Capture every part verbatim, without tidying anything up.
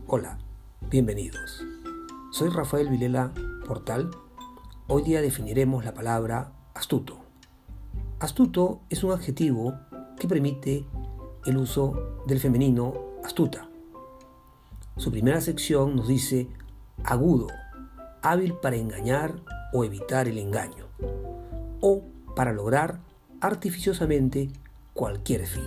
Hola, bienvenidos. Soy Rafael Vilela Portal. Hoy día definiremos la palabra astuto. Astuto es un adjetivo que permite el uso del femenino astuta. Su primera sección nos dice agudo, hábil para engañar o evitar el engaño, o para lograr artificiosamente cualquier fin.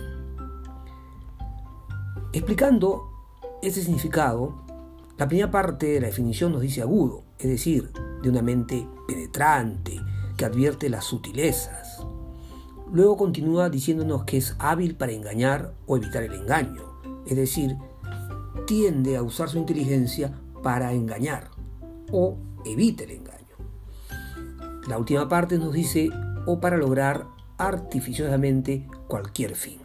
Explicando este significado, la primera parte de la definición nos dice agudo, es decir, de una mente penetrante que advierte las sutilezas. Luego continúa diciéndonos que es hábil para engañar o evitar el engaño, es decir, tiende a usar su inteligencia para engañar o evita el engaño. La última parte nos dice o para lograr artificiosamente cualquier fin.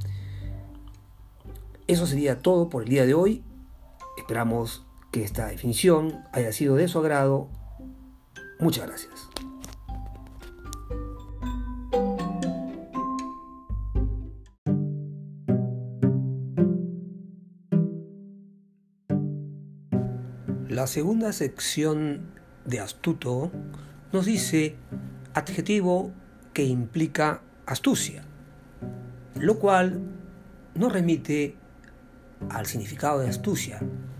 Eso sería todo por el día de hoy. Esperamos que esta definición haya sido de su agrado. Muchas gracias. La segunda sección de astuto nos dice adjetivo que implica astucia, lo cual nos remite al significado de astucia,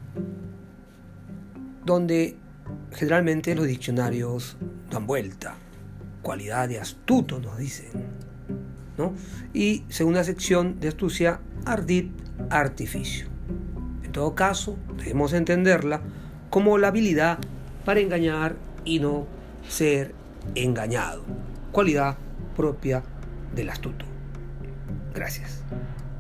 donde generalmente los diccionarios dan vuelta, cualidad de astuto nos dicen, ¿no? Y segunda sección de astucia, ardid, artificio. En todo caso, debemos entenderla como la habilidad para engañar y no ser engañado, cualidad propia del astuto. Gracias.